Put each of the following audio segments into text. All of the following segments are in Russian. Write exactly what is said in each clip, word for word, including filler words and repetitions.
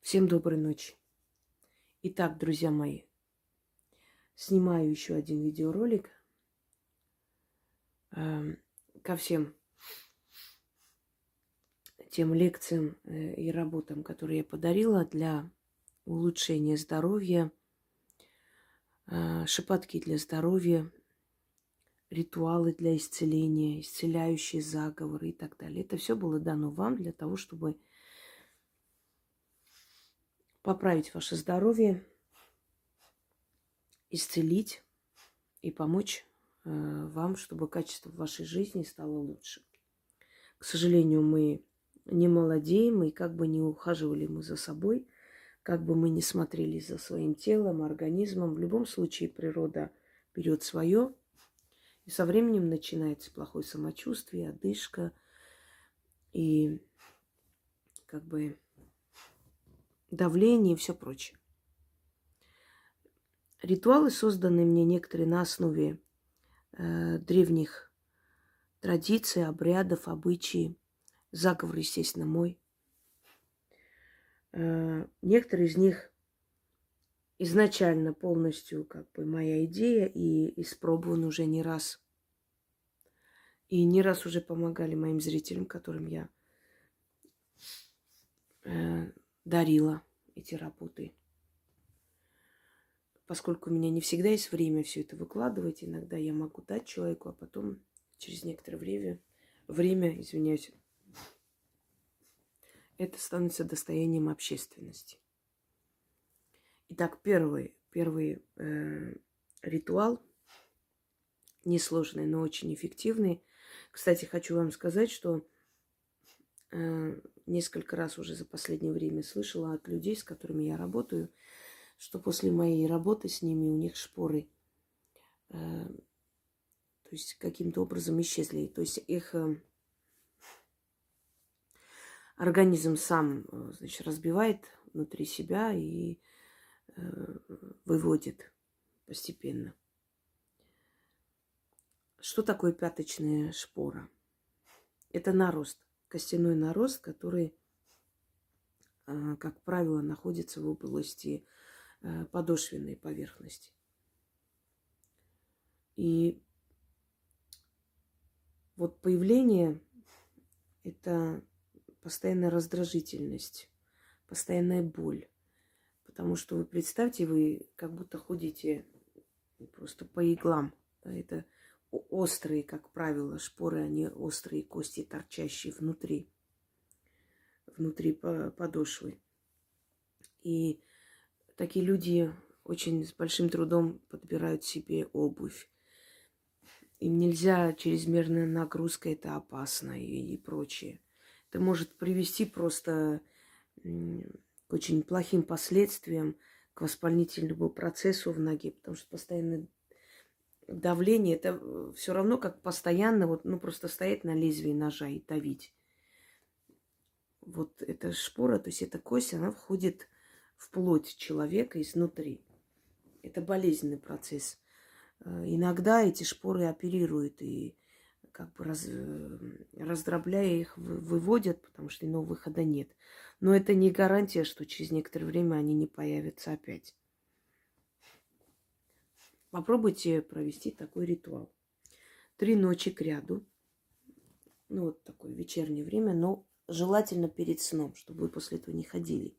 Всем доброй ночи. Итак, друзья мои, снимаю еще один видеоролик э, ко всем тем лекциям э, и работам, которые я подарила для улучшения здоровья, э, шепотки для здоровья, ритуалы для исцеления, исцеляющие заговоры и так далее. Это все было дано вам для того, чтобы поправить ваше здоровье, исцелить и помочь э, вам, чтобы качество вашей жизни стало лучше. К сожалению, мы не молодеем, и как бы не ухаживали мы за собой, как бы мы не смотрели за своим телом, организмом, в любом случае природа берет свое, и со временем начинается плохое самочувствие, одышка и как бы давление и все прочее. Ритуалы, созданные мне некоторые на основе э, древних традиций, обрядов, обычаев, заговор, естественно, мой. Э, некоторые из них изначально полностью как бы моя идея и испробован уже не раз. И не раз уже помогали моим зрителям, которым я э, дарила эти работы. Поскольку у меня не всегда есть время все это выкладывать, иногда я могу дать человеку, а потом через некоторое время, время, извиняюсь, это становится достоянием общественности. Итак, первый, первый э, ритуал, несложный, но очень эффективный. Кстати, хочу вам сказать, что э, несколько раз уже за последнее время слышала от людей, с которыми я работаю, что после моей работы с ними у них шпоры э, то есть каким-то образом исчезли. То есть их э, организм сам, э, значит, разбивает внутри себя и э, выводит постепенно. Что такое пяточная шпора? Это нарост, костяной нарост, который, э, как правило, находится в области э, подошвенной поверхности. И вот появление – это постоянная раздражительность, постоянная боль. Потому что вы представьте, вы как будто ходите просто по иглам. Да, это острые, как правило, шпоры, они острые кости, торчащие внутри, внутри подошвы. И такие люди очень с большим трудом подбирают себе обувь. Им нельзя, чрезмерная нагрузка, это опасно и, и прочее. Это может привести просто к очень плохим последствиям, к воспалительному процессу в ноге, потому что постоянное давление, это все равно как постоянно, вот, ну, просто стоять на лезвии ножа и давить. Вот эта шпора, то есть эта кость, она входит в плоть человека изнутри. Это болезненный процесс. Иногда эти шпоры оперируют и как бы раз, раздробляя их, выводят, потому что иного выхода нет. Но это не гарантия, что через некоторое время они не появятся опять. Попробуйте провести такой ритуал. Три ночи кряду. Ну, вот такое вечернее время, но желательно перед сном, чтобы вы после этого не ходили.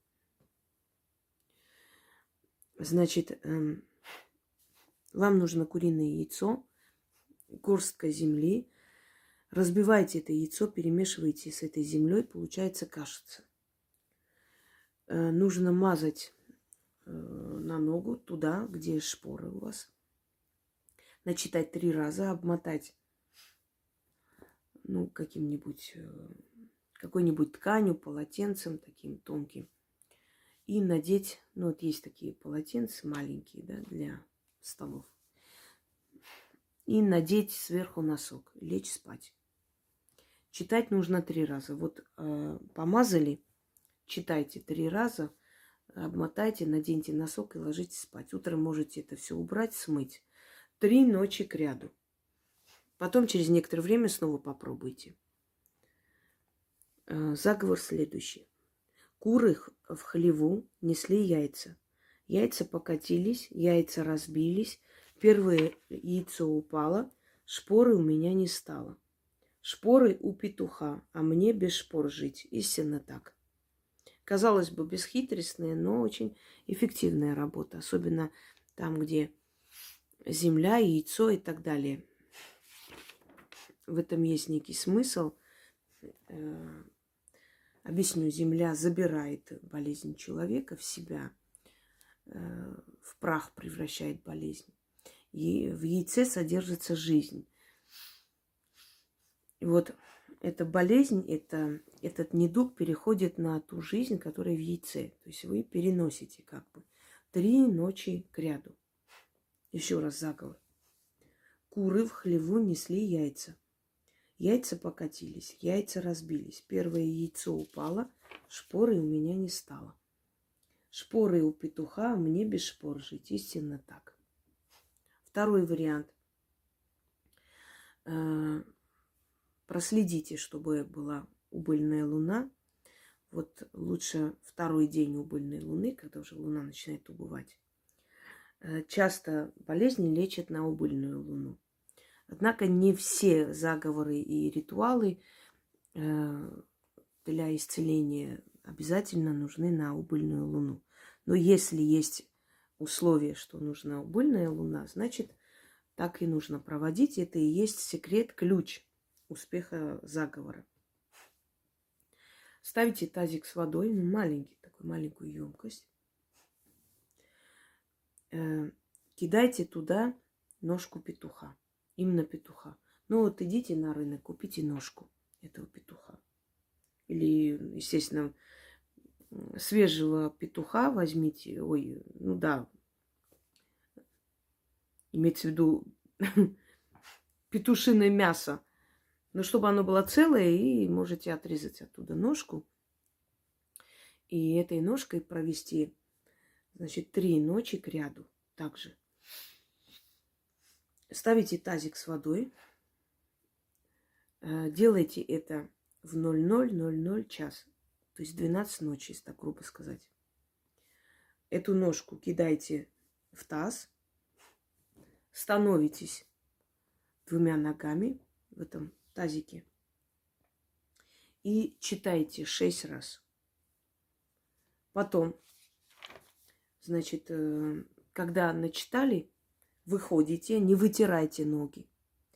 Значит, эм, вам нужно куриное яйцо, горстка земли. Разбивайте это яйцо, перемешивайте с этой землей, получается кашица. Э, нужно мазать э, на ногу, туда, где шпоры у вас. Начитать три раза, обмотать ну, каким-нибудь, э, какой-нибудь тканью, полотенцем таким тонким. И надеть, ну вот есть такие полотенца маленькие, да, для столов. И надеть сверху носок, лечь спать. Читать нужно три раза. Вот э, помазали, читайте три раза, обмотайте, наденьте носок и ложитесь спать. Утром можете это все убрать, смыть. Три ночи кряду. Потом через некоторое время снова попробуйте. Э, заговор следующий. Куры в хлеву несли яйца. Яйца покатились, яйца разбились. Первое яйцо упало, шпоры у меня не стало. Шпоры у петуха, а мне без шпор жить. Истинно так. Казалось бы, бесхитростная, но очень эффективная работа. Особенно там, где земля, яйцо и так далее. В этом есть некий смысл. Объясню, земля забирает болезнь человека в себя, в прах превращает болезнь. И в яйце содержится жизнь. И вот эта болезнь, это, этот недуг переходит на ту жизнь, которая в яйце. То есть вы переносите как бы три ночи кряду. Еще раз заговор. Куры в хлеву несли яйца. Яйца покатились, яйца разбились. Первое яйцо упало, шпоры у меня не стало. Шпоры у петуха, а мне без шпор жить. Истинно так. Второй вариант. Проследите, чтобы была убыльная луна. Вот лучше второй день убыльной луны, когда уже луна начинает убывать. Часто болезни лечат на убыльную луну. Однако не все заговоры и ритуалы для исцеления обязательно нужны на убыльную луну. Но если есть условие, что нужна убыльная луна, значит, так и нужно проводить. Это и есть секрет, ключ успеха заговора. Ставите тазик с водой, ну, маленький, такую маленькую емкость. Э, кидайте туда ножку петуха. Именно петуха. Ну вот идите на рынок, купите ножку этого петуха. Или, естественно, свежего петуха возьмите. Ой, ну да. Имеется в виду петушиное мясо. Но чтобы оно было целое, и можете отрезать оттуда ножку. И этой ножкой провести, значит, три ночи кряду. Также. Ставите тазик с водой. Делайте это в ноль ноль ноль ноль час. То есть двенадцать ночи, если так грубо сказать. Эту ножку кидайте в таз. Становитесь двумя ногами в этом тазике. И читайте шесть раз. Потом, значит, когда начитали, выходите, не вытирайте ноги.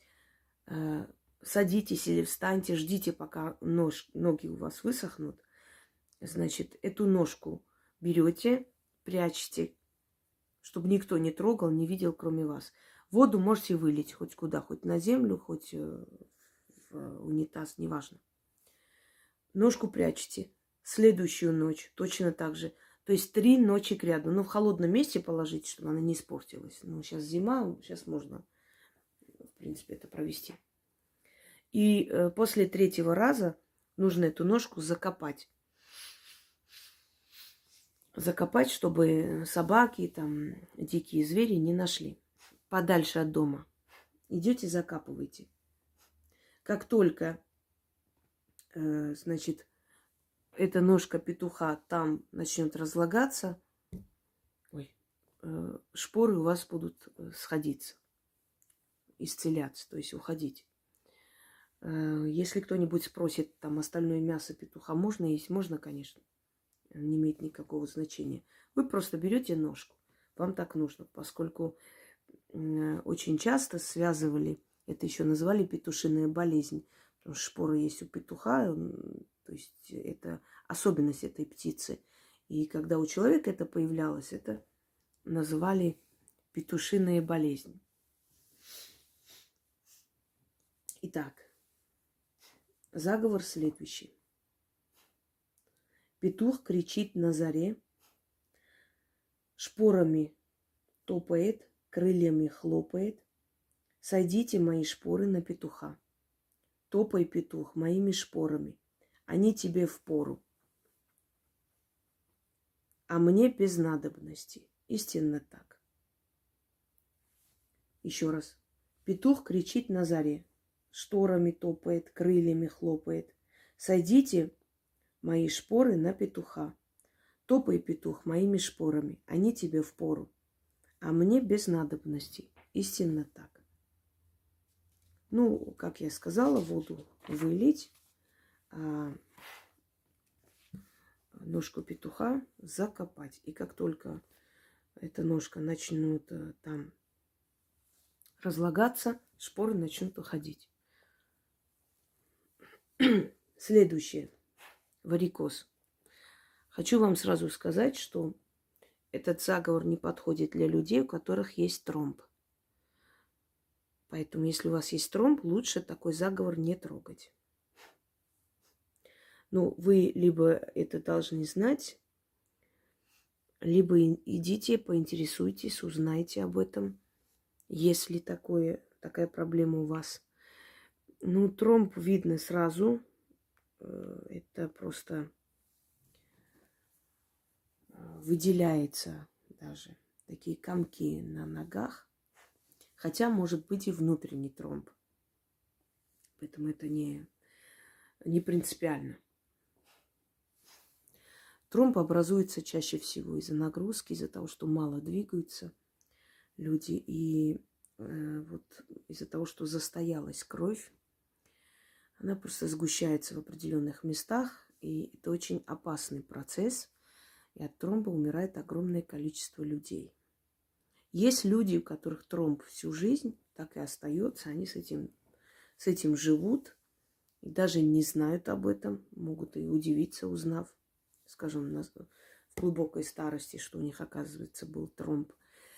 Садитесь или встаньте, ждите, пока нож, ноги у вас высохнут. Значит, эту ножку берете, прячете, чтобы никто не трогал, не видел, кроме вас. Воду можете вылить хоть куда, хоть на землю, хоть в унитаз, неважно. Ножку прячете. Следующую ночь точно так же. То есть три ночи кряду. Ну, в холодном месте положите, чтобы она не испортилась. Ну, сейчас зима, сейчас можно, в принципе, это провести. И э, после третьего раза нужно эту ножку закопать. Закопать, чтобы собаки, там, дикие звери не нашли. Подальше от дома. Идете, закапываете. Как только, э, значит, эта ножка петуха там начнет разлагаться, ой, э, шпоры у вас будут сходиться, исцеляться, то есть уходить. Э, если кто-нибудь спросит, там, остальное мясо петуха можно есть? Можно, конечно. Не имеет никакого значения. Вы просто берете ножку. Вам так нужно, поскольку э, очень часто связывали, это еще называли петушиная болезнь, потому что шпоры есть у петуха, то есть это особенность этой птицы. И когда у человека это появлялось, это называли петушиная болезнь. Итак, заговор следующий. Петух кричит на заре, шпорами топает, крыльями хлопает. Сойдите мои шпоры на петуха. Топай, петух, моими шпорами. Они тебе впору. А мне без надобности. Истинно так. Еще раз. Петух кричит на заре, шторами топает, крыльями хлопает. Сойдите мои шпоры на петуха. Топай, петух, моими шпорами. Они тебе впору, а мне без надобности. Истинно так. Ну, как я сказала, воду вылить, а ножку петуха закопать. И как только эта ножка начнет там разлагаться, шпоры начнут уходить. Следующее. Варикоз. Хочу вам сразу сказать, что этот заговор не подходит для людей, у которых есть тромб. Поэтому, если у вас есть тромб, лучше такой заговор не трогать. Ну, вы либо это должны знать, либо идите, поинтересуйтесь, узнайте об этом, если такое, такая проблема у вас. Ну, тромб видно сразу. Это просто выделяется даже. Такие комки на ногах. Хотя может быть и внутренний тромб. Поэтому это не, не принципиально. Тромб образуется чаще всего из-за нагрузки, из-за того, что мало двигаются люди. И э, вот из-за того, что застоялась кровь, она просто сгущается в определенных местах. И это очень опасный процесс. И от тромба умирает огромное количество людей. Есть люди, у которых тромб всю жизнь так и остается. Они с этим, с этим живут. И даже не знают об этом. Могут и удивиться, узнав, скажем, в глубокой старости, что у них, оказывается, был тромб.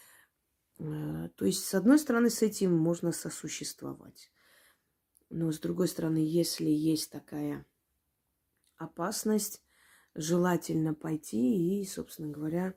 То есть, с одной стороны, с этим можно сосуществовать. Но, с другой стороны, если есть такая опасность, желательно пойти и, собственно говоря,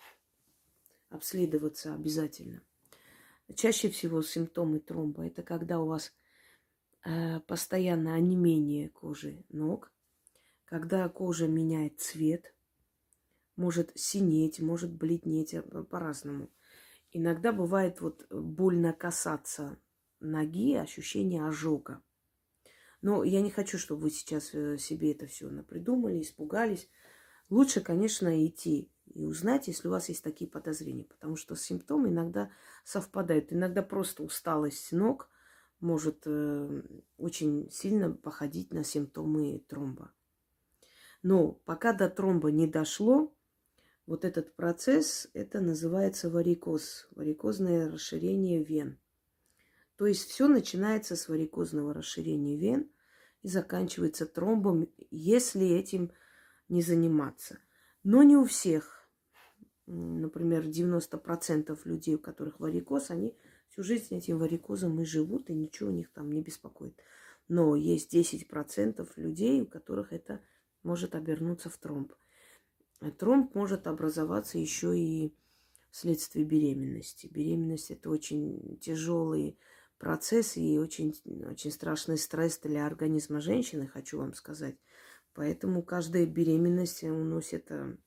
обследоваться обязательно. Чаще всего симптомы тромба – это когда у вас э, постоянно онемение кожи ног, когда кожа меняет цвет, может синеть, может бледнеть по-разному. Иногда бывает вот больно касаться ноги, ощущение ожога. Но я не хочу, чтобы вы сейчас себе это все напридумали, испугались. Лучше, конечно, идти и узнать, если у вас есть такие подозрения, потому что симптомы иногда совпадают. Иногда просто усталость ног может э, очень сильно походить на симптомы тромба. Но пока до тромба не дошло, вот этот процесс, это называется варикоз, варикозное расширение вен. То есть все начинается с варикозного расширения вен и заканчивается тромбом, если этим не заниматься. Но не у всех. Например, девяносто процентов людей, у которых варикоз, они всю жизнь этим варикозом и живут, и ничего у них там не беспокоит. Но есть десять процентов людей, у которых это может обернуться в тромб. А тромб может образоваться еще и вследствие беременности. Беременность – это очень тяжелый процесс и очень, очень страшный стресс для организма женщины, хочу вам сказать. Поэтому каждая беременность уносит,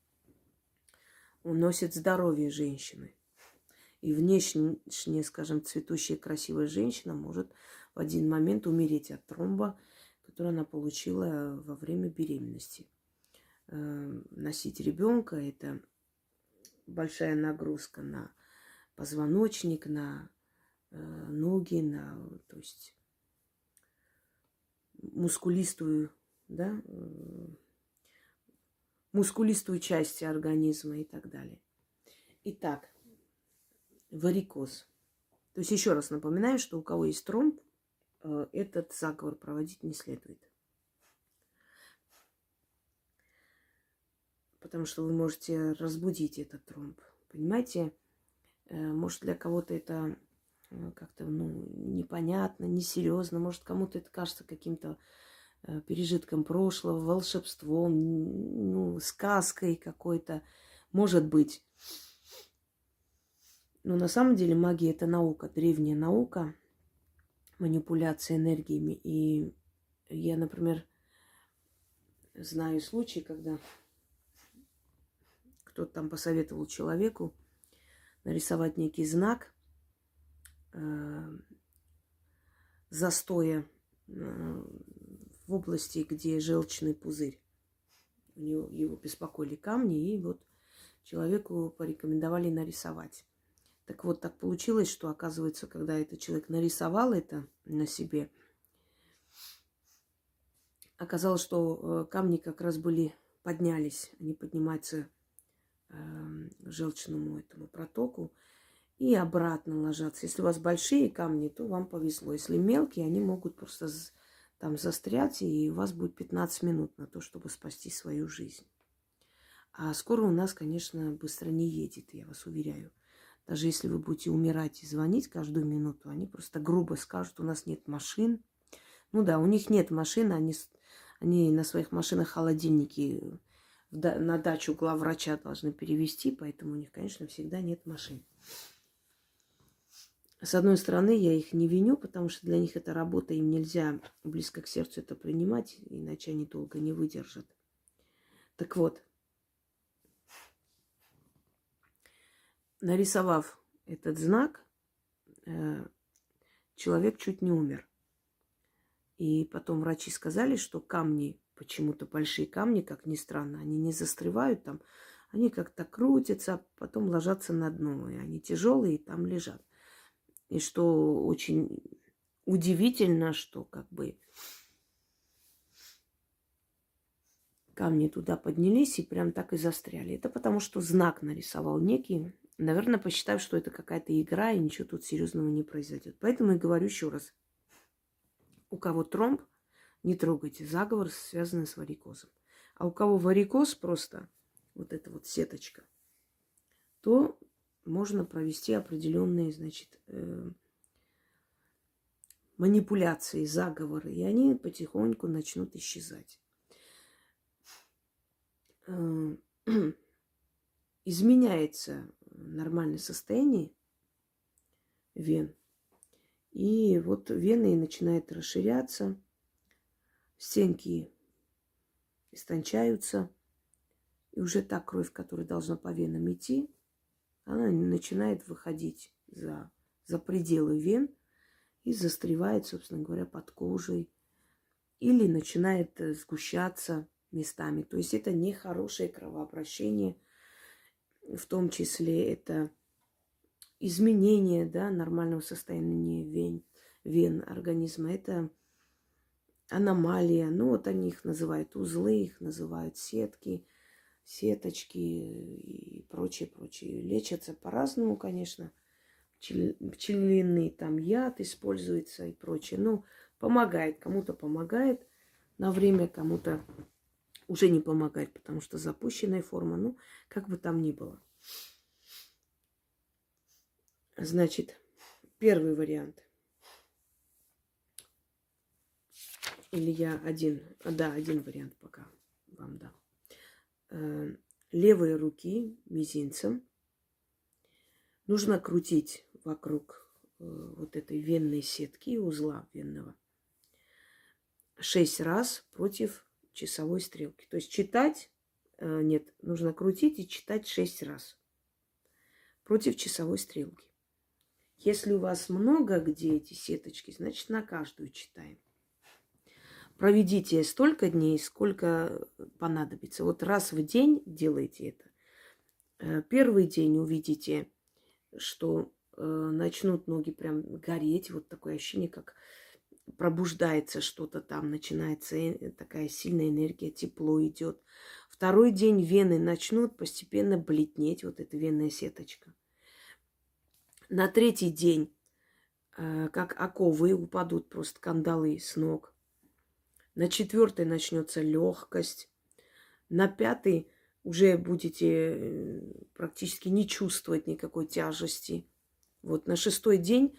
уносит здоровье женщины. И внешне, скажем, цветущая красивая женщина может в один момент умереть от тромба, который она получила во время беременности. Носить ребенка – это большая нагрузка на позвоночник, на ноги, на, то есть, мускулистую, да, мускулистую часть организма и так далее. Итак, варикоз. То есть еще раз напоминаю, что у кого есть тромб, этот заговор проводить не следует. Потому что вы можете разбудить этот тромб. Понимаете, может для кого-то это как-то ну, непонятно, несерьезно. Может кому-то это кажется каким-то пережитком прошлого, волшебством, ну, сказкой какой-то. Может быть. Но на самом деле магия – это наука, древняя наука, манипуляция энергиями. И я, например, знаю случаи, когда кто-то там посоветовал человеку нарисовать некий знак э, застоя э, в области, где желчный пузырь. у него, его беспокоили камни, и вот человеку порекомендовали нарисовать. Так вот, так получилось, что, оказывается, когда этот человек нарисовал это на себе, оказалось, что камни как раз были, поднялись, они поднимаются э, желчному этому протоку и обратно ложатся. Если у вас большие камни, то вам повезло. Если мелкие, они могут просто там застрять, и у вас будет пятнадцать минут на то, чтобы спасти свою жизнь. А скоро у нас, конечно, быстро не едет, я вас уверяю. Даже если вы будете умирать и звонить каждую минуту, они просто грубо скажут, у нас нет машин. Ну да, у них нет машин, они, они на своих машинах холодильники на дачу главврача должны перевезти, поэтому у них, конечно, всегда нет машин. С одной стороны, я их не виню, потому что для них это работа, им нельзя близко к сердцу это принимать, иначе они долго не выдержат. Так вот, нарисовав этот знак, человек чуть не умер. И потом врачи сказали, что камни, почему-то большие камни, как ни странно, они не застревают там, они как-то крутятся, потом ложатся на дно, и они тяжелые, и там лежат. И что очень удивительно, что как бы камни туда поднялись и прям так и застряли. Это потому, что знак нарисовал некий. Наверное, посчитав, что это какая-то игра, и ничего тут серьезного не произойдет. Поэтому я говорю еще раз. У кого тромб, не трогайте. Заговор, связанный с варикозом. А у кого варикоз просто, вот эта вот сеточка, то можно провести определенные, значит, э, манипуляции, заговоры. И они потихоньку начнут исчезать. Э, изменяется нормальное состояние вен. И вот вены начинают расширяться, стенки истончаются. И уже та кровь, которая должна по венам идти, она начинает выходить за, за пределы вен и застревает, собственно говоря, под кожей. Или начинает сгущаться местами. То есть это нехорошее кровообращение. В том числе это изменение, да, нормального состояния вен, вен организма. Это аномалия. Ну, вот они их называют узлы, их называют сетки, сеточки и прочее, прочее. Лечатся по-разному, конечно. Пчелиный там яд используется и прочее. Ну, помогает. Кому-то помогает на время, кому-то уже не помогает, потому что запущенная форма. Ну, как бы там ни было. Значит, первый вариант. Или я один, да, один вариант пока вам дам. Левой руки мизинцем нужно крутить вокруг вот этой венной сетки, узла венного, шесть раз против часовой стрелки. То есть читать, нет, нужно крутить и читать шесть раз против часовой стрелки. Если у вас много где эти сеточки, значит на каждую читаем. Проведите столько дней, сколько понадобится. Вот раз в день делайте это. Первый день увидите, что начнут ноги прям гореть. Вот такое ощущение, как пробуждается что-то там, начинается такая сильная энергия, тепло идет. Второй день вены начнут постепенно бледнеть, вот эта венная сеточка. На третий день, как оковы, упадут просто кандалы с ног. На четвертый начнется легкость. На пятый уже будете практически не чувствовать никакой тяжести. Вот на шестой день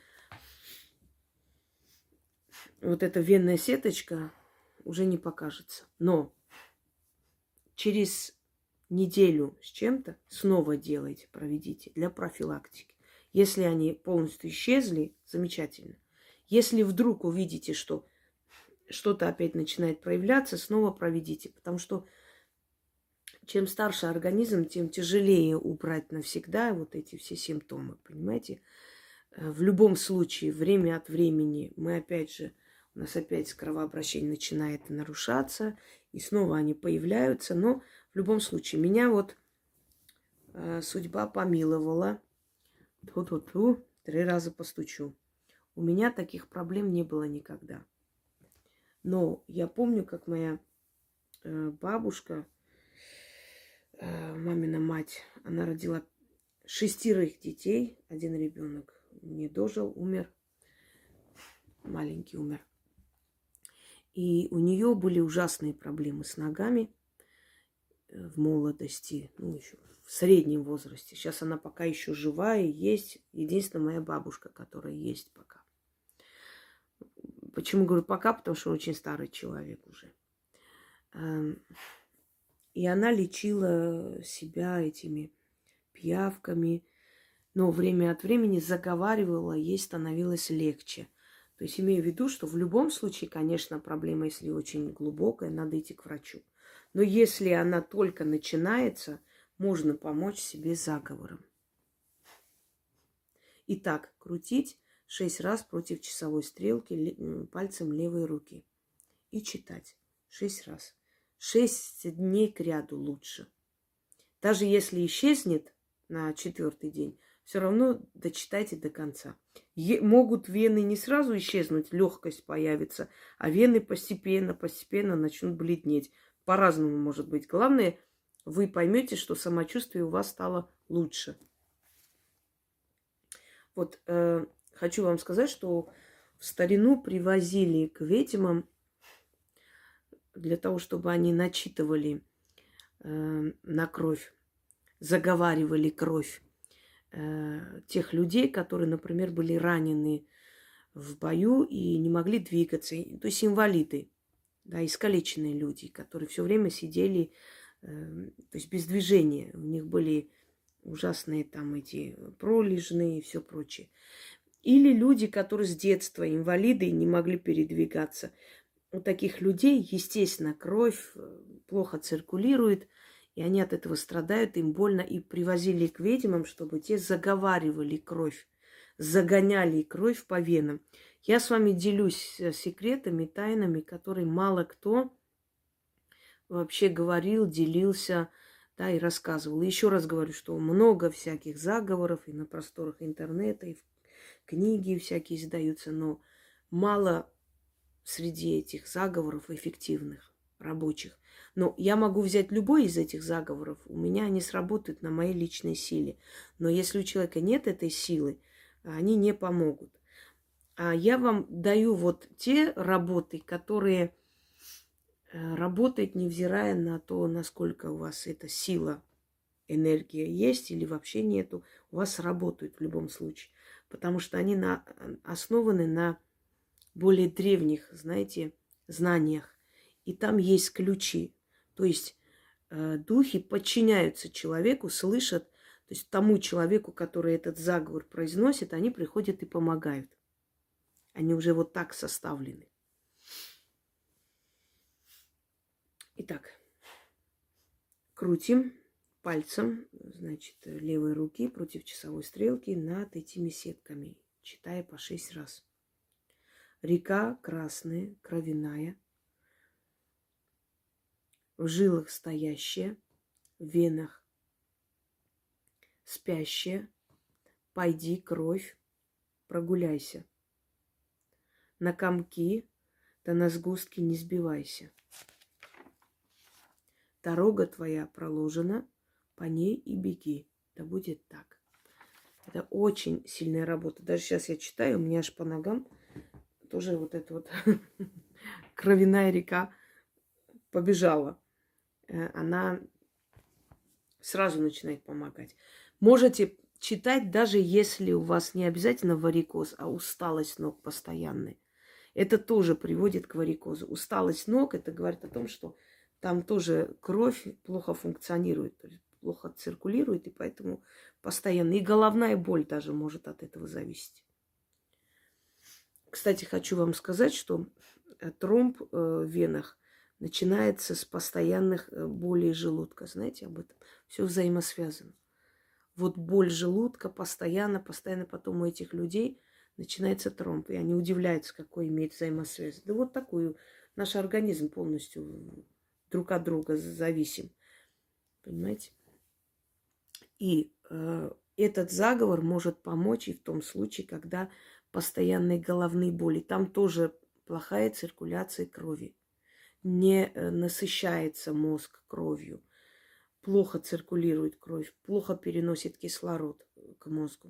вот эта венная сеточка уже не покажется. Но через неделю с чем-то снова делайте, проведите для профилактики. Если они полностью исчезли, замечательно. Если вдруг увидите, что что-то опять начинает проявляться, снова проведите. Потому что чем старше организм, тем тяжелее убрать навсегда вот эти все симптомы. Понимаете? В любом случае, время от времени мы опять же у нас опять кровообращение начинает нарушаться, и снова они появляются. Но в любом случае, меня вот э, судьба помиловала. Ту-ту-ту, три раза постучу. У меня таких проблем не было никогда. Но я помню, как моя э, бабушка, э, мамина мать, она родила шестерых детей. Один ребенок не дожил, умер. Маленький умер. И у нее были ужасные проблемы с ногами в молодости, ну, еще в среднем возрасте. Сейчас она пока еще живая, есть. Единственная моя бабушка, которая есть пока. Почему говорю пока? Потому что очень старый человек уже. И она лечила себя этими пиявками, но время от времени заговаривала, ей становилось легче. То есть имею в виду, что в любом случае, конечно, проблема, если очень глубокая, надо идти к врачу. Но если она только начинается, можно помочь себе заговором. Итак, крутить шесть раз против часовой стрелки пальцем левой руки. И читать шесть раз. Шесть дней кряду лучше. Даже если исчезнет на четвертый день, все равно дочитайте до конца. Е- могут вены не сразу исчезнуть, легкость появится, а вены постепенно, постепенно начнут бледнеть. По-разному может быть. Главное, вы поймете, что самочувствие у вас стало лучше. Вот э, хочу вам сказать, что в старину привозили к ведьмам для того, чтобы они начитывали э, на кровь, заговаривали кровь э, тех людей, которые, например, были ранены в бою и не могли двигаться. То есть инвалиды, да, искалеченные люди, которые все время сидели, э, то есть без движения. У них были ужасные там эти пролежные и все прочее. Или люди, которые с детства инвалиды и не могли передвигаться. У таких людей, естественно, кровь плохо циркулирует, и они от этого страдают, им больно. И привозили к ведьмам, чтобы те заговаривали кровь, загоняли кровь по венам. Я с вами делюсь секретами, тайнами, которые мало кто вообще говорил, делился, да, и рассказывал. И еще раз говорю, что много всяких заговоров и на просторах интернета, и книги всякие издаются, но мало среди этих заговоров эффективных, рабочих. Но я могу взять любой из этих заговоров, у меня они сработают на моей личной силе. Но если у человека нет этой силы, они не помогут. А я вам даю вот те работы, которые работают, невзирая на то, насколько у вас эта сила, энергия есть или вообще нету, у вас работают в любом случае. Потому что они на, основаны на более древних, знаете, знаниях. И там есть ключи. То есть э, духи подчиняются человеку, слышат, то есть тому человеку, который этот заговор произносит, они приходят и помогают. Они уже вот так составлены. Итак, крутим пальцем, значит, левой руки против часовой стрелки над этими сетками, читая по шесть раз. Река красная, кровяная, в жилах стоящая, в венах спящая, пойди, кровь, прогуляйся. На комки, да на сгустки не сбивайся. Дорога твоя проложена, по ней и беги. Да будет так. Это очень сильная работа. Даже сейчас я читаю, у меня аж по ногам тоже вот эта вот кровяная река побежала. Она сразу начинает помогать. Можете читать, даже если у вас не обязательно варикоз, а усталость ног постоянная. Это тоже приводит к варикозу. Усталость ног, это говорит о том, что там тоже кровь плохо функционирует, то есть плохо циркулирует, и поэтому постоянно. И головная боль даже может от этого зависеть. Кстати, хочу вам сказать, что тромб в венах начинается с постоянных болей желудка. Знаете об этом? Все взаимосвязано. Вот боль желудка постоянно, постоянно потом у этих людей начинается тромб. И они удивляются, какой имеет взаимосвязь. Да вот такую. Наш организм полностью друг от друга зависим. Понимаете? И э, этот заговор может помочь и в том случае, когда постоянные головные боли. Там тоже плохая циркуляция крови. Не э, насыщается мозг кровью. Плохо циркулирует кровь, плохо переносит кислород к мозгу.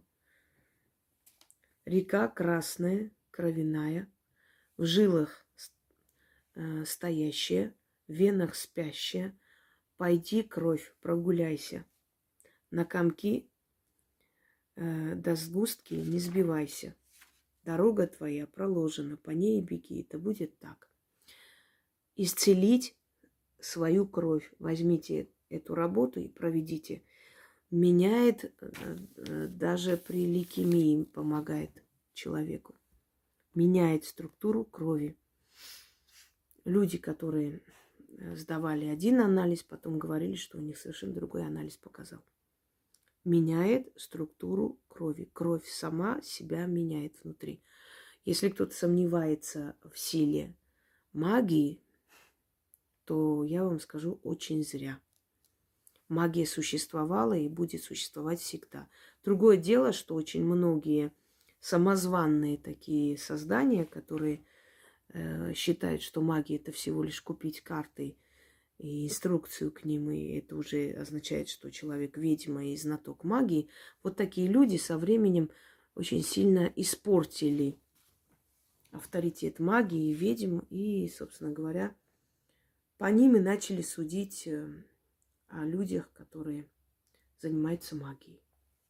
Река красная, кровяная, в жилах э, стоящая, в венах спящая. Пойди, кровь, прогуляйся. На комки э, до сгустки не сбивайся. Дорога твоя проложена, по ней беги. Это будет так. Исцелить свою кровь. Возьмите эту работу и проведите. Меняет, даже при лейкемии помогает человеку. Меняет структуру крови. Люди, которые сдавали один анализ, потом говорили, что у них совершенно другой анализ показал. Меняет структуру крови. Кровь сама себя меняет внутри. Если кто-то сомневается в силе магии, то я вам скажу очень зря. Магия существовала и будет существовать всегда. Другое дело, что очень многие самозванные такие создания, которые э, считают, что магия это всего лишь купить карты и инструкцию к ним, и это уже означает, что человек ведьма и знаток магии. Вот такие люди со временем очень сильно испортили авторитет магии и ведьм, и, собственно говоря, по ним и начали судить о людях, которые занимаются магией.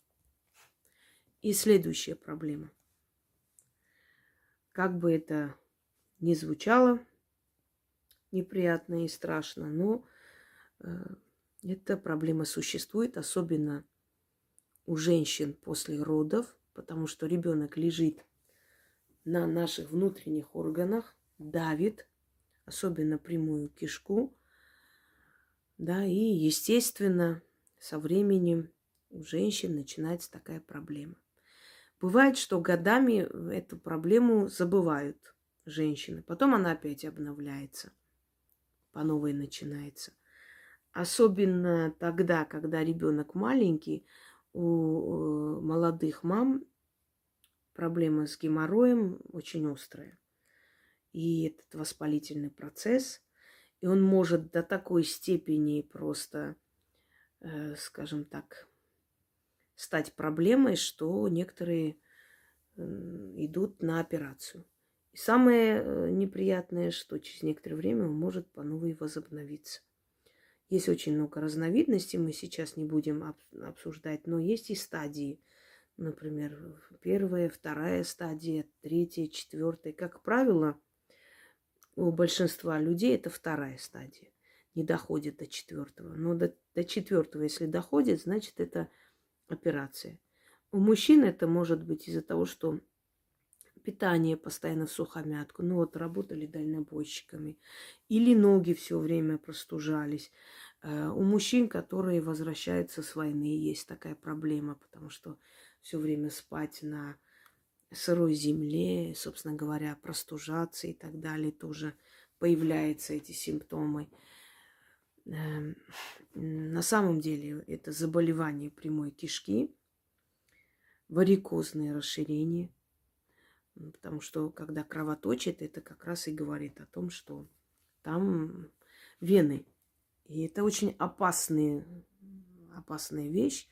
И следующая проблема. Как бы это ни звучало неприятно и страшно, но э, эта проблема существует, особенно у женщин после родов, потому что ребенок лежит на наших внутренних органах, давит, особенно прямую кишку. Да, и, естественно, со временем у женщин начинается такая проблема. Бывает, что годами эту проблему забывают женщины. Потом она опять обновляется, по новой начинается. Особенно тогда, когда ребенок маленький, у молодых мам проблема с геморроем очень острая. И этот воспалительный процесс, и он может до такой степени просто, э, скажем так, стать проблемой, что некоторые э, идут на операцию. И самое э, неприятное, что через некоторое время он может по новой возобновиться. Есть очень много разновидностей, мы сейчас не будем об- обсуждать, но есть и стадии. Например, первая, вторая стадия, третья, четвертая. Как правило, у большинства людей это вторая стадия. Не доходит до четвертого. Но до, до четвертого, если доходит, значит, это операция. У мужчин это может быть из-за того, что питание постоянно в сухомятку. Ну вот работали дальнобойщиками. Или ноги все время простужались. У мужчин, которые возвращаются с войны, есть такая проблема, потому что все время спать на сырой земле, собственно говоря, простужаться и так далее, тоже появляются эти симптомы. На самом деле это заболевание прямой кишки, варикозные расширения, потому что когда кровоточит, это как раз и говорит о том, что там вены. И это очень опасная, опасная вещь.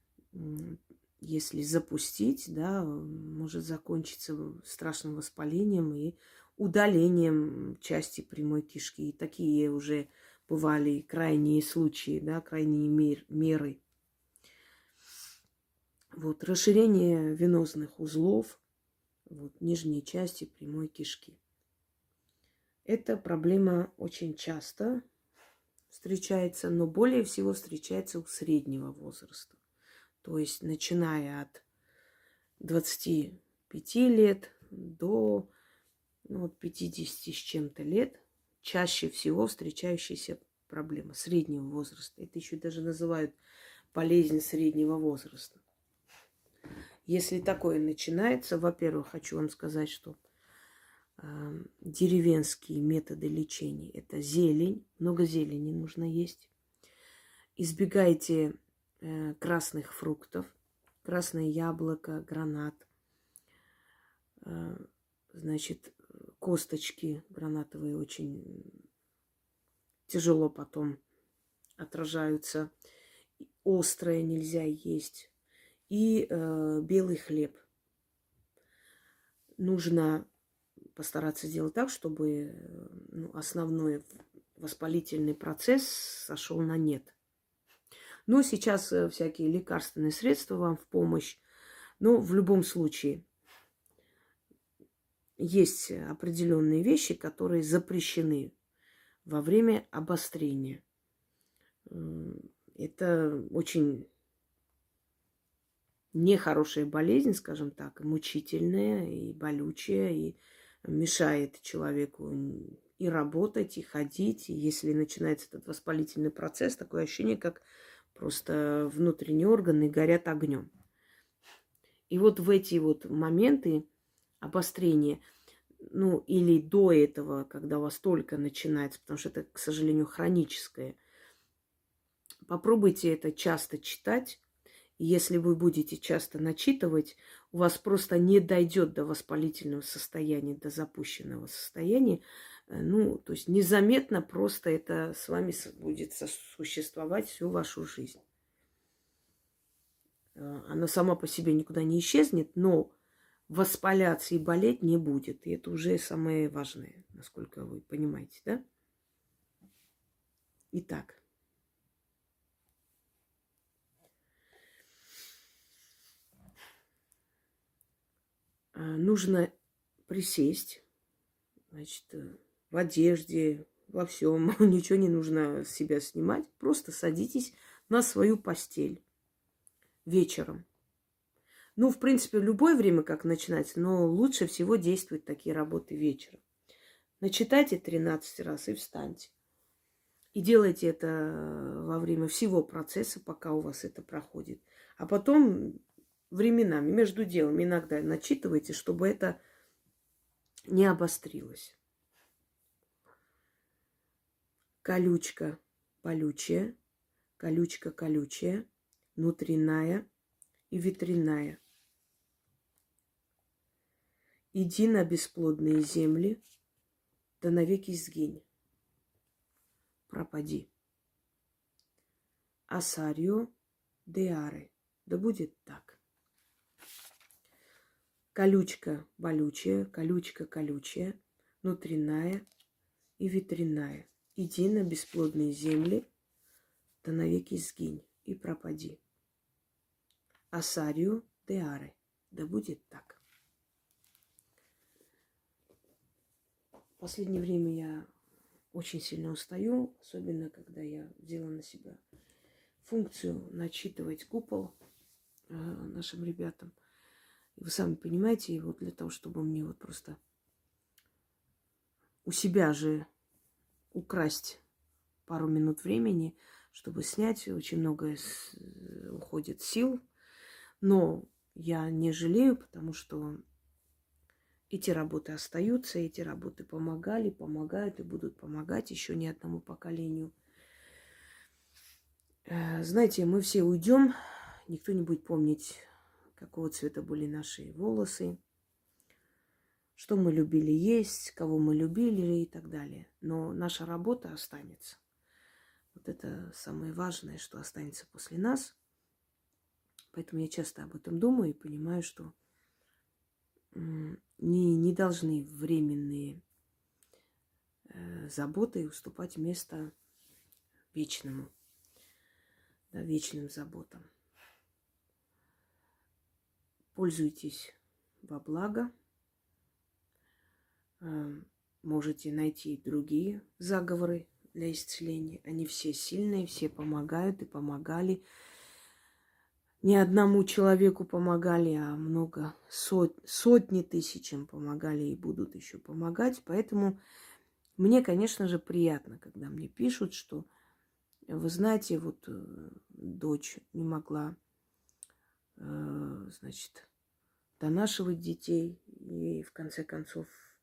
Если запустить, да, может закончиться страшным воспалением и удалением части прямой кишки. И такие уже бывали крайние случаи, да, крайние мер, меры. Вот, расширение венозных узлов, вот, нижней части прямой кишки. Эта проблема очень часто встречается, но более всего встречается у среднего возраста. То есть, начиная от двадцати пяти лет до ну, вот пятидесяти с чем-то лет, чаще всего встречающаяся проблема среднего возраста. Это еще даже называют болезнь среднего возраста. Если такое начинается, во-первых, хочу вам сказать, что э, деревенские методы лечения – это зелень, много зелени нужно есть. Избегайте э, красных фруктов, красное яблоко, гранат, э, значит, косточки гранатовые очень тяжело потом отражаются. Острое нельзя есть. И э, белый хлеб. Нужно постараться сделать так, чтобы ну, основной воспалительный процесс сошел на нет. Но сейчас э, всякие лекарственные средства вам в помощь. Но в любом случае есть определенные вещи, которые запрещены во время обострения. Это очень нехорошая болезнь, скажем так, и мучительная, и болючая, и мешает человеку и работать, и ходить. И если начинается этот воспалительный процесс, такое ощущение, как просто внутренние органы горят огнем. И вот в эти вот моменты обострения, ну, или до этого, когда у вас только начинается, потому что это, к сожалению, хроническое, попробуйте это часто читать. И если вы будете часто начитывать, у вас просто не дойдет до воспалительного состояния, до запущенного состояния. Ну, то есть незаметно просто это с вами будет существовать всю вашу жизнь. Она сама по себе никуда не исчезнет, но воспаляться и болеть не будет. И это уже самое важное, насколько вы понимаете, да? Итак. Нужно присесть, значит, в одежде, во всем. Ничего не нужно с себя снимать. Просто садитесь на свою постель вечером. Ну, в принципе, в любое время как начинать, но лучше всего действуют такие работы вечером. Начитайте тринадцать раз и встаньте. И делайте это во время всего процесса, пока у вас это проходит. А потом временами, между делом, иногда начитывайте, чтобы это не обострилось. Колючка болючая, колючка колючая, внутренняя и ветряная. Иди на бесплодные земли, да навеки сгинь. Пропади. Асарио деаре. Да будет так. Колючка болючая, колючка колючая, внутренняя и ветряная. Иди на бесплодные земли, да навеки сгинь и пропади. Асарио деаре. Да будет так. В последнее время я очень сильно устаю, особенно когда я взяла на себя функцию начитывать купол э, нашим ребятам. И вы сами понимаете, и вот для того, чтобы мне вот просто у себя же украсть пару минут времени, чтобы снять, очень много с, уходит сил. Но я не жалею, потому что эти работы остаются, эти работы помогали, помогают и будут помогать еще не одному поколению. Знаете, мы все уйдем, никто не будет помнить, какого цвета были наши волосы, что мы любили есть, кого мы любили и так далее. Но наша работа останется. Вот это самое важное, что останется после нас. Поэтому я часто об этом думаю и понимаю, что не, не должны временные э, заботы уступать место вечному, да, вечным заботам. Пользуйтесь во благо. Э, можете найти другие заговоры для исцеления. Они все сильные, все помогают и помогали. Не одному человеку помогали, а много, сот, сотни тысячам помогали и будут еще помогать. Поэтому мне, конечно же, приятно, когда мне пишут, что, вы знаете, вот дочь не могла, значит, донашивать детей. И в конце концов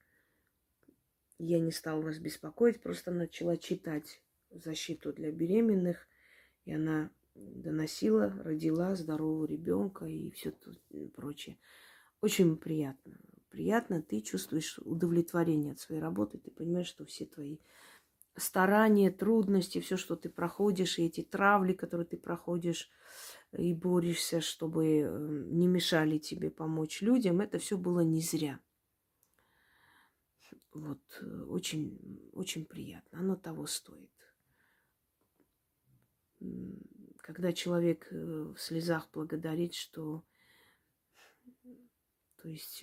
я не стала вас беспокоить, просто начала читать защиту для беременных. И она доносила, родила здорового ребенка и все прочее. Очень приятно. Приятно, ты чувствуешь удовлетворение от своей работы, ты понимаешь, что все твои старания, трудности, все, что ты проходишь, и эти травли, которые ты проходишь, и борешься, чтобы не мешали тебе помочь людям, это все было не зря. Вот, очень, очень приятно, оно того стоит. Когда человек в слезах благодарит, что, то есть,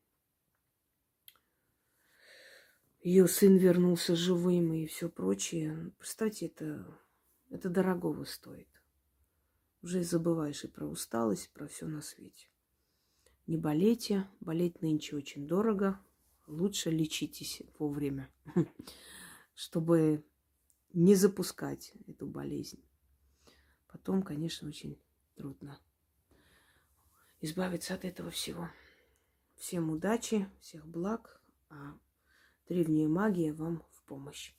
ее сын вернулся живым и все прочее, представьте, это, это дорогого стоит. Уже забываешь и про усталость, и про все на свете. Не болейте, болеть нынче очень дорого. Лучше лечитесь вовремя, чтобы не запускать эту болезнь. Потом, конечно, очень трудно избавиться от этого всего. Всем удачи, всех благ, а древняя магия вам в помощь.